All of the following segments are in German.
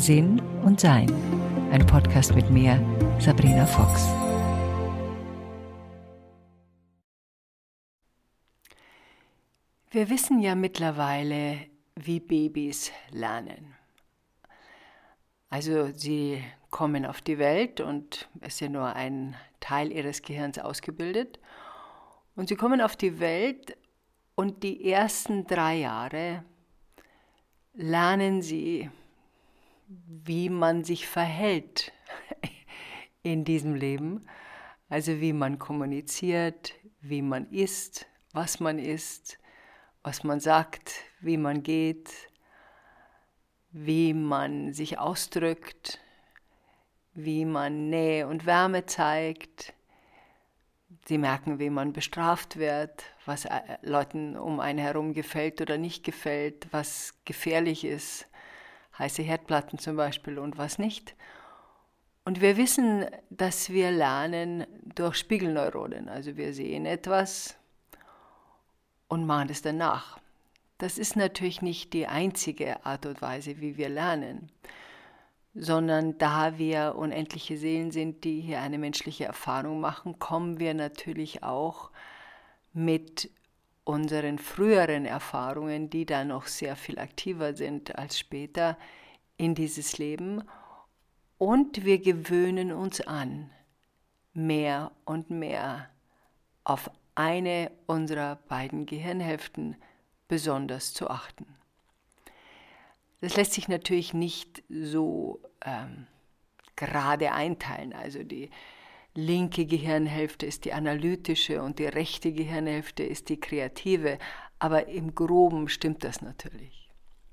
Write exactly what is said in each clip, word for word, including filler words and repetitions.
Sinn und Sein. Ein Podcast mit mir, Sabrina Fox. Wir wissen ja mittlerweile, wie Babys lernen. Also sie kommen auf die Welt und es ist ja nur ein Teil ihres Gehirns ausgebildet. Und sie kommen auf die Welt und die ersten drei Jahre lernen sie, wie man sich verhält in diesem Leben. Also wie man kommuniziert, wie man isst, was man isst, was man sagt, wie man geht, wie man sich ausdrückt, wie man Nähe und Wärme zeigt. Sie merken, wie man bestraft wird, was Leuten um einen herum gefällt oder nicht gefällt, was gefährlich ist, heiße Herdplatten zum Beispiel und was nicht. Und wir wissen, dass wir lernen durch Spiegelneuronen. Also wir sehen etwas und machen es dann nach. Das ist natürlich nicht die einzige Art und Weise, wie wir lernen, sondern da wir unendliche Seelen sind, die hier eine menschliche Erfahrung machen, kommen wir natürlich auch mit unseren früheren Erfahrungen, die da noch sehr viel aktiver sind als später, in dieses Leben. Und wir gewöhnen uns an, mehr und mehr auf eine unserer beiden Gehirnhälften besonders zu achten. Das lässt sich natürlich nicht so ähm, gerade einteilen. Also die linke Gehirnhälfte ist die analytische und die rechte Gehirnhälfte ist die kreative. Aber im Groben stimmt das natürlich.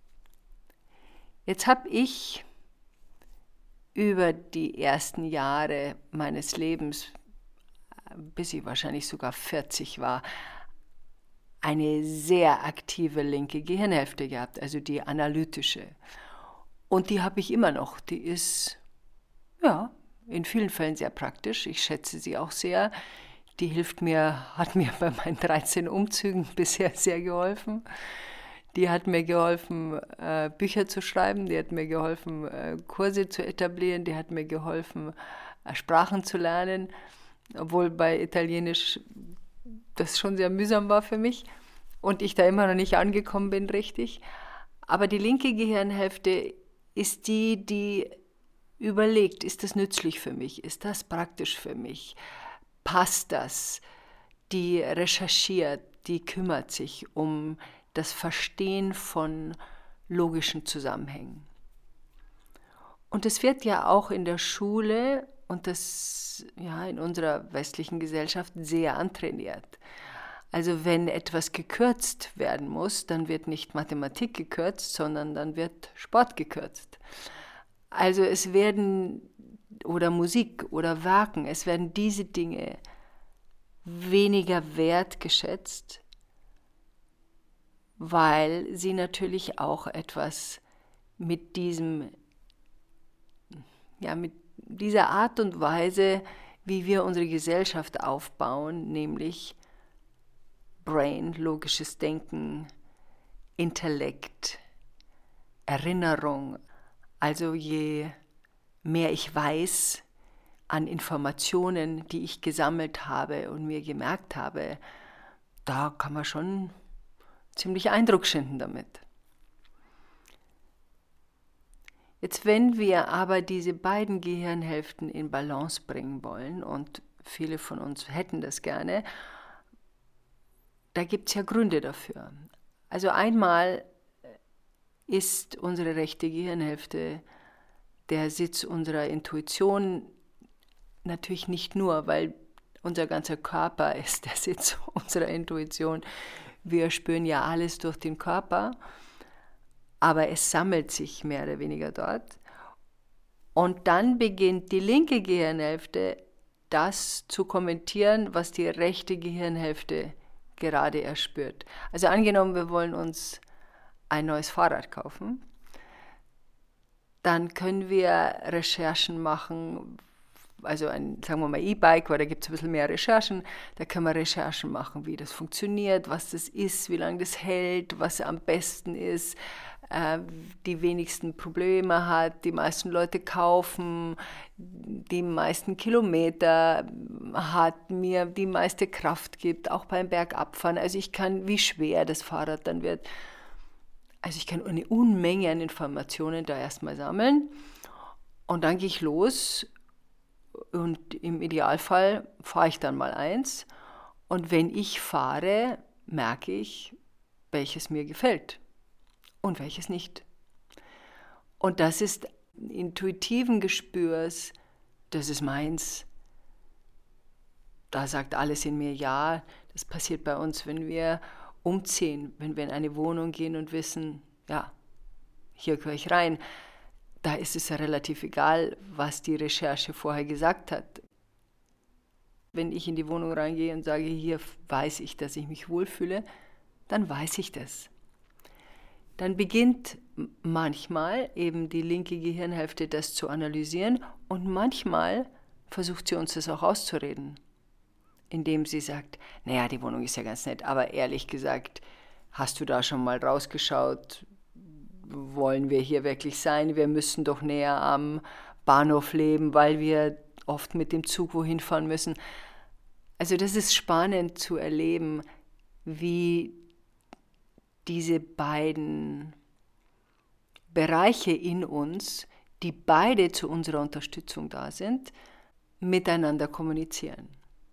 Jetzt habe ich über die ersten Jahre meines Lebens, bis ich wahrscheinlich sogar vierzig war, eine sehr aktive linke Gehirnhälfte gehabt, also die analytische. Und die habe ich immer noch. Die ist, ja, in vielen Fällen sehr praktisch. Ich schätze sie auch sehr. Die hilft mir, hat mir bei meinen dreizehn Umzügen bisher sehr geholfen. Die hat mir geholfen, äh, Bücher zu schreiben. Die hat mir geholfen, äh, Kurse zu etablieren. Die hat mir geholfen, äh, Sprachen zu lernen. Obwohl bei Italienisch das schon sehr mühsam war für mich und ich da immer noch nicht angekommen bin richtig. Aber die linke Gehirnhälfte ist die, die überlegt, ist das nützlich für mich? Ist das praktisch für mich? Passt das? Die recherchiert, die kümmert sich um das Verstehen von logischen Zusammenhängen. Und es wird ja auch in der Schule und das ja in unserer westlichen Gesellschaft sehr antrainiert. Also wenn etwas gekürzt werden muss, dann wird nicht Mathematik gekürzt, sondern dann wird Sport gekürzt. Also es werden, oder Musik oder Werken, es werden diese Dinge weniger wertgeschätzt, weil sie natürlich auch etwas mit diesem, ja, mit dieser Art und Weise, wie wir unsere Gesellschaft aufbauen, nämlich Brain, logisches Denken, Intellekt, Erinnerung. Also je mehr ich weiß an Informationen, die ich gesammelt habe und mir gemerkt habe, da kann man schon ziemlich Eindruck schinden damit. Jetzt, wenn wir aber diese beiden Gehirnhälften in Balance bringen wollen, und viele von uns hätten das gerne, da gibt es ja Gründe dafür. Also einmal ist unsere rechte Gehirnhälfte der Sitz unserer Intuition, natürlich nicht nur, weil unser ganzer Körper ist der Sitz unserer Intuition. Wir spüren ja alles durch den Körper, aber es sammelt sich mehr oder weniger dort. Und dann beginnt die linke Gehirnhälfte, das zu kommentieren, was die rechte Gehirnhälfte gerade erspürt. Also angenommen, wir wollen uns ein neues Fahrrad kaufen, dann können wir Recherchen machen, also ein, sagen wir mal E-Bike, weil da gibt es ein bisschen mehr Recherchen, da können wir Recherchen machen, wie das funktioniert, was das ist, wie lange das hält, was am besten ist, äh, die wenigsten Probleme hat, die meisten Leute kaufen, die meisten Kilometer hat, mir die meiste Kraft gibt, auch beim Bergabfahren. Also ich kann, wie schwer das Fahrrad dann wird. Also ich kann eine Unmenge an Informationen da erstmal sammeln und dann gehe ich los und im Idealfall fahre ich dann mal eins und wenn ich fahre, merke ich, welches mir gefällt und welches nicht. Und das ist intuitiven Gespürs, das ist meins. Da sagt alles in mir ja. Das passiert bei uns, wenn wir umziehen, wenn wir in eine Wohnung gehen und wissen, ja, hier gehöre ich rein. Da ist es ja relativ egal, was die Recherche vorher gesagt hat. Wenn ich in die Wohnung reingehe und sage, hier weiß ich, dass ich mich wohlfühle, dann weiß ich das. Dann beginnt manchmal eben die linke Gehirnhälfte das zu analysieren und manchmal versucht sie uns das auch auszureden, indem sie sagt, naja, die Wohnung ist ja ganz nett, aber ehrlich gesagt, hast du da schon mal rausgeschaut, wollen wir hier wirklich sein? Wir müssen doch näher am Bahnhof leben, weil wir oft mit dem Zug wohin fahren müssen. Also das ist spannend zu erleben, wie diese beiden Bereiche in uns, die beide zu unserer Unterstützung da sind, miteinander kommunizieren.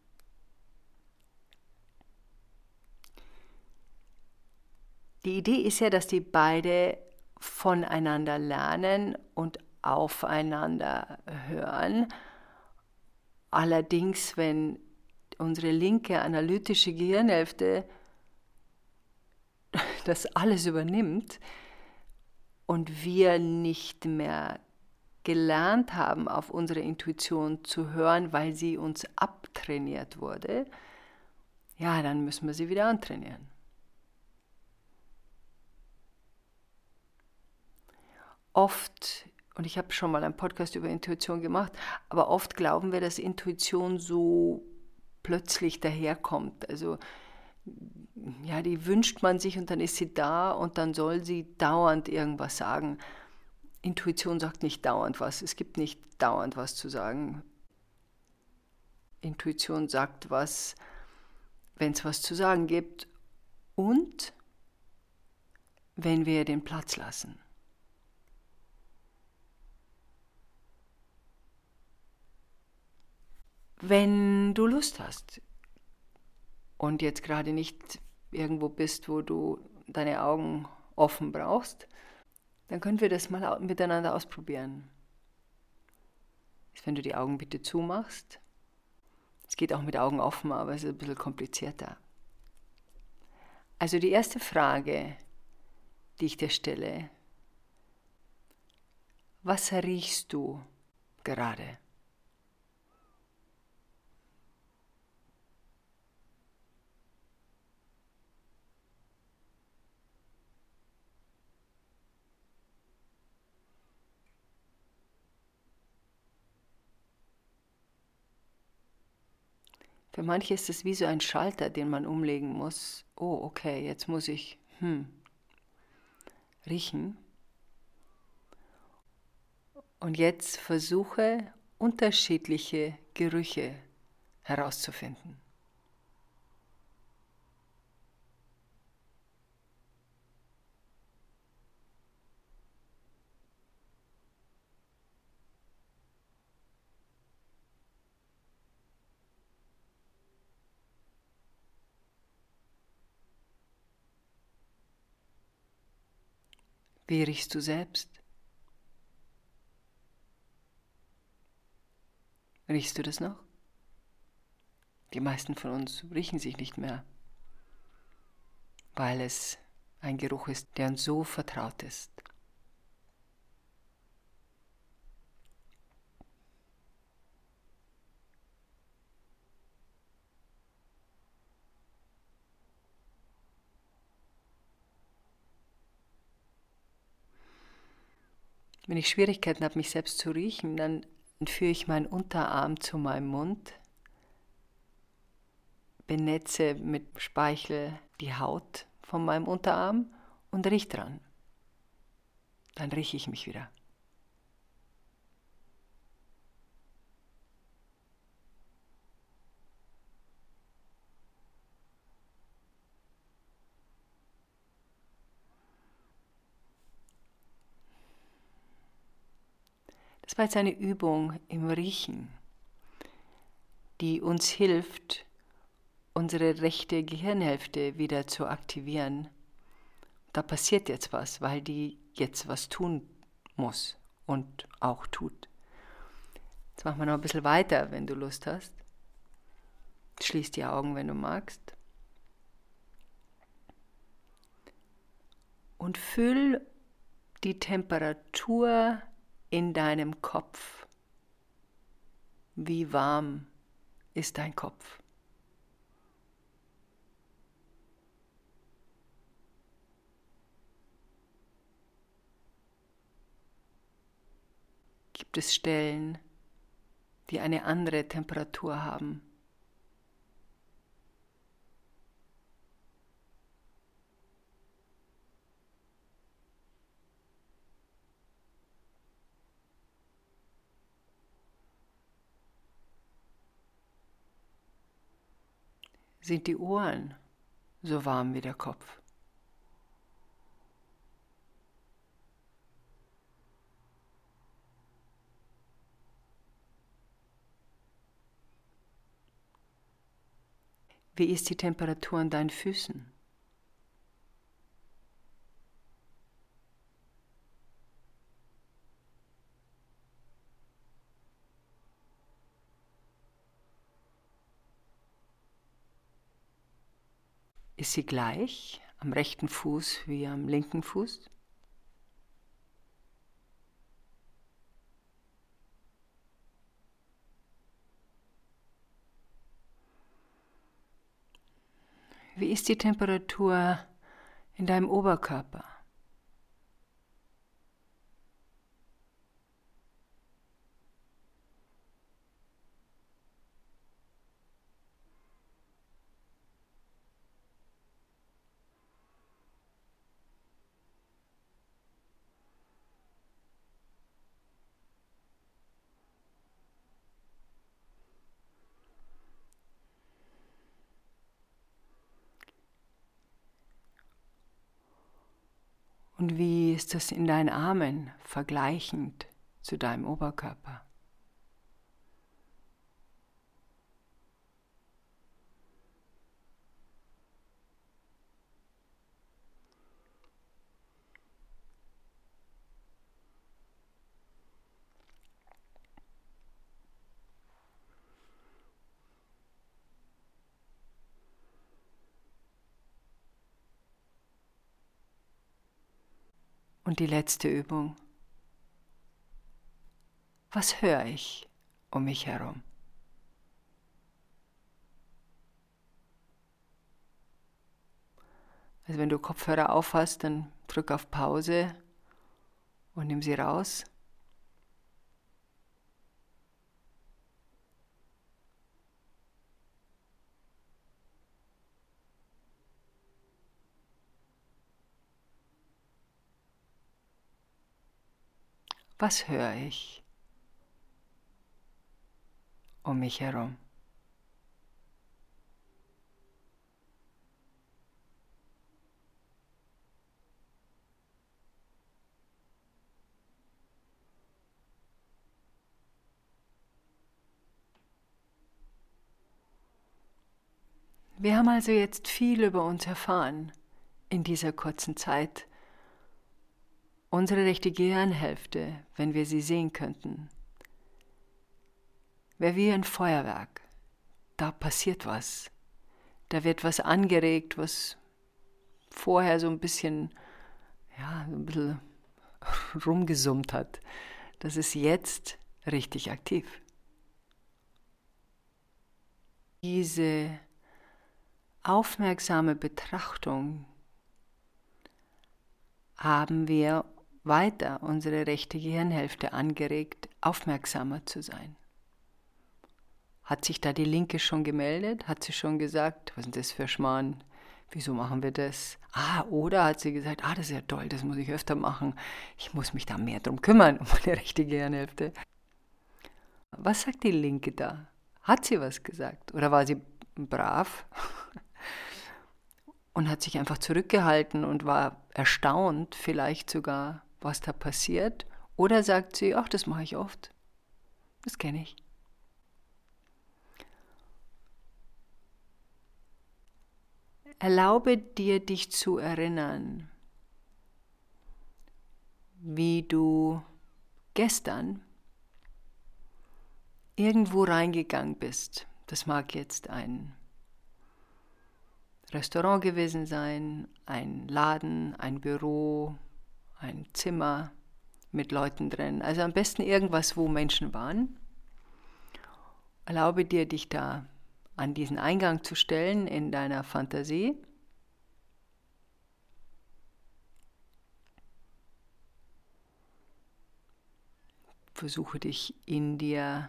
Die Idee ist ja, dass die beide voneinander lernen und aufeinander hören. Allerdings, wenn unsere linke analytische Gehirnhälfte das alles übernimmt und wir nicht mehr gelernt haben, auf unsere Intuition zu hören, weil sie uns abtrainiert wurde, ja, dann müssen wir sie wieder antrainieren. Oft, und ich habe schon mal einen Podcast über Intuition gemacht, aber oft glauben wir, dass Intuition so plötzlich daherkommt. Also ja, die wünscht man sich und dann ist sie da und dann soll sie dauernd irgendwas sagen. Intuition sagt nicht dauernd was. Es gibt nicht dauernd was zu sagen. Intuition sagt was, wenn es was zu sagen gibt und wenn wir den Platz lassen. Wenn du Lust hast und jetzt gerade nicht irgendwo bist, wo du deine Augen offen brauchst, dann können wir das mal miteinander ausprobieren. Wenn du die Augen bitte zumachst. Es geht auch mit Augen offen, aber es ist ein bisschen komplizierter. Also die erste Frage, die ich dir stelle: Was riechst du gerade? Für manche ist es wie so ein Schalter, den man umlegen muss. Oh, okay, jetzt muss ich hm, riechen. Und jetzt versuche, unterschiedliche Gerüche herauszufinden. Wie riechst du selbst? Riechst du das noch? Die meisten von uns riechen sich nicht mehr, weil es ein Geruch ist, der uns so vertraut ist. Wenn ich Schwierigkeiten habe, mich selbst zu riechen, dann führe ich meinen Unterarm zu meinem Mund, benetze mit Speichel die Haut von meinem Unterarm und riech dran. Dann rieche ich mich wieder. Das war jetzt eine Übung im Riechen, die uns hilft, unsere rechte Gehirnhälfte wieder zu aktivieren. Da passiert jetzt was, weil die jetzt was tun muss und auch tut. Jetzt machen wir noch ein bisschen weiter, wenn du Lust hast. Schließ die Augen, wenn du magst. Und fühl die Temperatur in deinem Kopf. Wie warm ist dein Kopf? Gibt es Stellen, die eine andere Temperatur haben? Sind die Ohren so warm wie der Kopf? Wie ist die Temperatur an deinen Füßen? Ist sie gleich am rechten Fuß wie am linken Fuß? Wie ist die Temperatur in deinem Oberkörper? Und wie ist das in deinen Armen vergleichend zu deinem Oberkörper? Und die letzte Übung. Was höre ich um mich herum? Also wenn du Kopfhörer aufhast, dann drück auf Pause und nimm sie raus. Was höre ich um mich herum? Wir haben also jetzt viel über uns erfahren in dieser kurzen Zeit. Unsere rechte Gehirnhälfte, wenn wir sie sehen könnten, wäre wie ein Feuerwerk. Da passiert was. Da wird was angeregt, was vorher so ein bisschen, ja, so ein bisschen rumgesummt hat. Das ist jetzt richtig aktiv. Diese aufmerksame Betrachtung haben wir weiter unsere rechte Gehirnhälfte angeregt, aufmerksamer zu sein. Hat sich da die linke schon gemeldet? Hat sie schon gesagt, was ist das für Schmarrn? Wieso machen wir das? Ah, oder hat sie gesagt, ah, das ist ja toll, das muss ich öfter machen. Ich muss mich da mehr drum kümmern, um meine rechte Gehirnhälfte. Was sagt die Linke da? Hat sie was gesagt? Oder war sie brav und hat sich einfach zurückgehalten und war erstaunt, vielleicht sogar, was da passiert? Oder sagt sie, ach, das mache ich oft. Das kenne ich. Erlaube dir, dich zu erinnern, wie du gestern irgendwo reingegangen bist. Das mag jetzt ein Restaurant gewesen sein, ein Laden, ein Büro, ein Zimmer mit Leuten drin. Also am besten irgendwas, wo Menschen waren. Erlaube dir, dich da an diesen Eingang zu stellen in deiner Fantasie. Versuche dich in dir,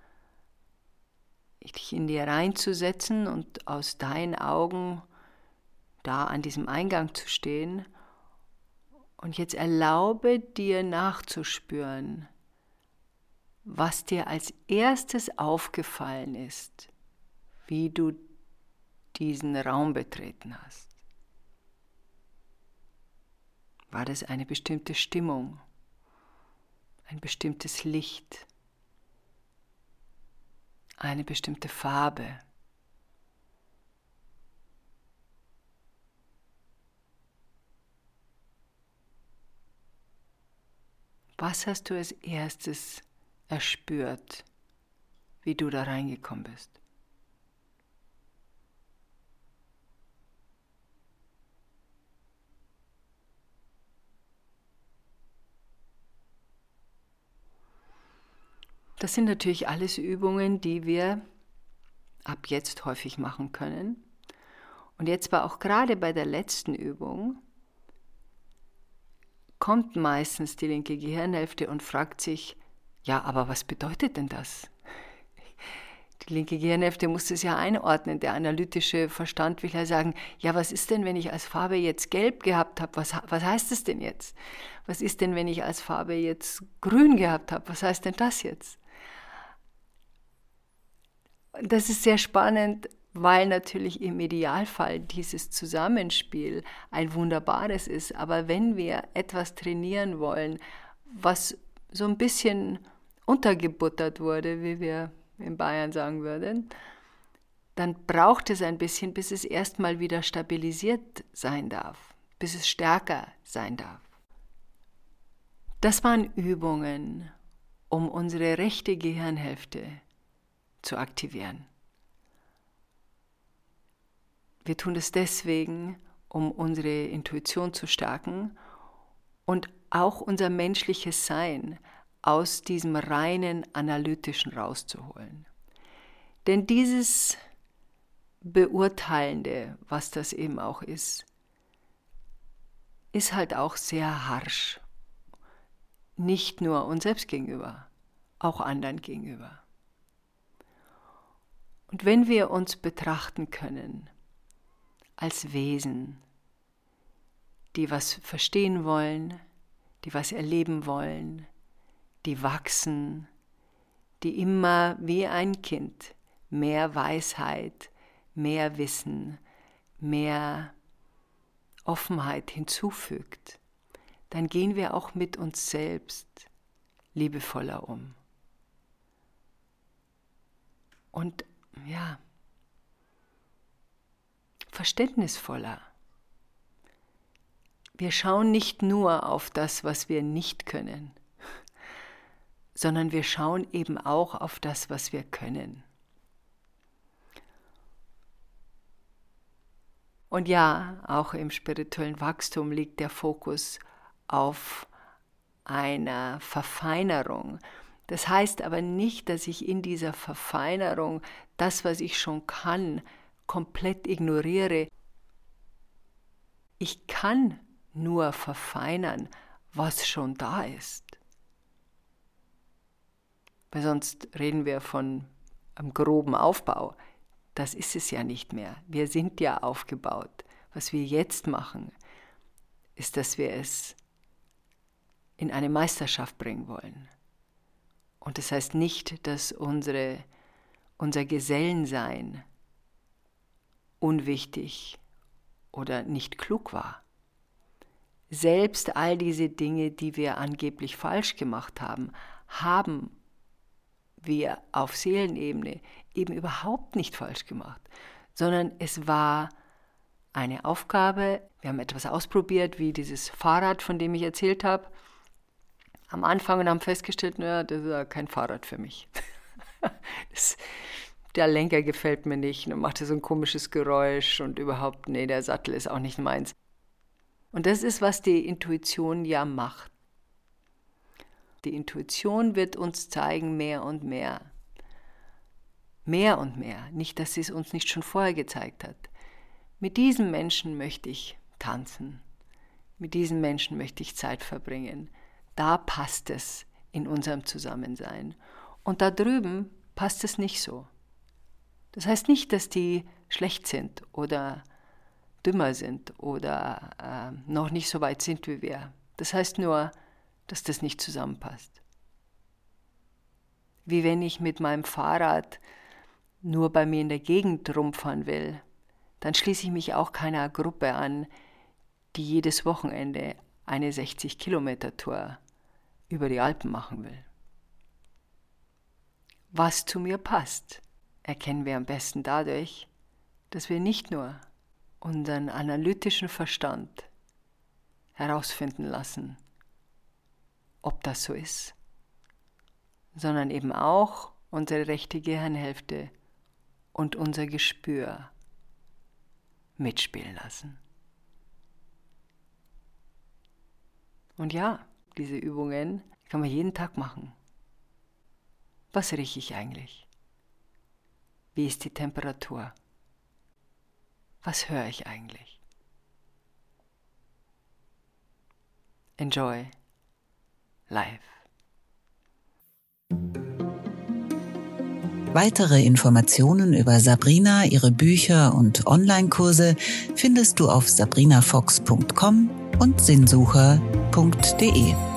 dich in dir reinzusetzen und aus deinen Augen da an diesem Eingang zu stehen. Und jetzt erlaube dir nachzuspüren, was dir als erstes aufgefallen ist, wie du diesen Raum betreten hast. War das eine bestimmte Stimmung, ein bestimmtes Licht, eine bestimmte Farbe? Was hast du als erstes erspürt, wie du da reingekommen bist? Das sind natürlich alles Übungen, die wir ab jetzt häufig machen können. Und jetzt war auch gerade bei der letzten Übung, kommt meistens die linke Gehirnhälfte und fragt sich, ja, aber was bedeutet denn das? Die linke Gehirnhälfte muss es ja einordnen. Der analytische Verstand will ja sagen, ja, was ist denn, wenn ich als Farbe jetzt gelb gehabt habe? Was, was heißt es denn jetzt? Was ist denn, wenn ich als Farbe jetzt grün gehabt habe? Was heißt denn das jetzt? Das ist sehr spannend, weil natürlich im Idealfall dieses Zusammenspiel ein wunderbares ist. Aber wenn wir etwas trainieren wollen, was so ein bisschen untergebuttert wurde, wie wir in Bayern sagen würden, dann braucht es ein bisschen, bis es erstmal wieder stabilisiert sein darf, bis es stärker sein darf. Das waren Übungen, um unsere rechte Gehirnhälfte zu aktivieren. Wir tun es deswegen, um unsere Intuition zu stärken und auch unser menschliches Sein aus diesem reinen Analytischen rauszuholen. Denn dieses Beurteilende, was das eben auch ist, ist halt auch sehr harsch. Nicht nur uns selbst gegenüber, auch anderen gegenüber. Und wenn wir uns betrachten können als Wesen, die was verstehen wollen, die was erleben wollen, die wachsen, die immer wie ein Kind mehr Weisheit, mehr Wissen, mehr Offenheit hinzufügt, dann gehen wir auch mit uns selbst liebevoller um. Und ja, verständnisvoller. Wir schauen nicht nur auf das, was wir nicht können, sondern wir schauen eben auch auf das, was wir können. Und ja, auch im spirituellen Wachstum liegt der Fokus auf einer Verfeinerung. Das heißt aber nicht, dass ich in dieser Verfeinerung das, was ich schon kann, komplett ignoriere. Ich kann nur verfeinern, was schon da ist. Weil sonst reden wir von einem groben Aufbau. Das ist es ja nicht mehr. Wir sind ja aufgebaut. Was wir jetzt machen, ist, dass wir es in eine Meisterschaft bringen wollen. Und das heißt nicht, dass unsere, unser Gesellensein unwichtig oder nicht klug war. Selbst all diese Dinge, die wir angeblich falsch gemacht haben, haben wir auf Seelenebene eben überhaupt nicht falsch gemacht, sondern es war eine Aufgabe. Wir haben etwas ausprobiert, wie dieses Fahrrad, von dem ich erzählt habe, am Anfang und haben festgestellt, naja, das ist ja kein Fahrrad für mich. das, der Lenker gefällt mir nicht und macht so ein komisches Geräusch und überhaupt, nee, der Sattel ist auch nicht meins. Und das ist, was die Intuition ja macht. Die Intuition wird uns zeigen mehr und mehr. Mehr und mehr. Nicht, dass sie es uns nicht schon vorher gezeigt hat. Mit diesem Menschen möchte ich tanzen. Mit diesem Menschen möchte ich Zeit verbringen. Da passt es in unserem Zusammensein. Und da drüben passt es nicht so. Das heißt nicht, dass die schlecht sind oder dümmer sind oder äh, noch nicht so weit sind wie wir. Das heißt nur, dass das nicht zusammenpasst. Wie wenn ich mit meinem Fahrrad nur bei mir in der Gegend rumfahren will, dann schließe ich mich auch keiner Gruppe an, die jedes Wochenende eine sechzig Kilometer Tour über die Alpen machen will. Was zu mir passt, erkennen wir am besten dadurch, dass wir nicht nur unseren analytischen Verstand herausfinden lassen, ob das so ist, sondern eben auch unsere rechte Gehirnhälfte und unser Gespür mitspielen lassen. Und ja, diese Übungen kann man jeden Tag machen. Was rieche ich eigentlich? Wie ist die Temperatur? Was höre ich eigentlich? Enjoy life. Weitere Informationen über Sabrina, ihre Bücher und Online-Kurse findest du auf sabrina fox punkt com und sinnsucher punkt de.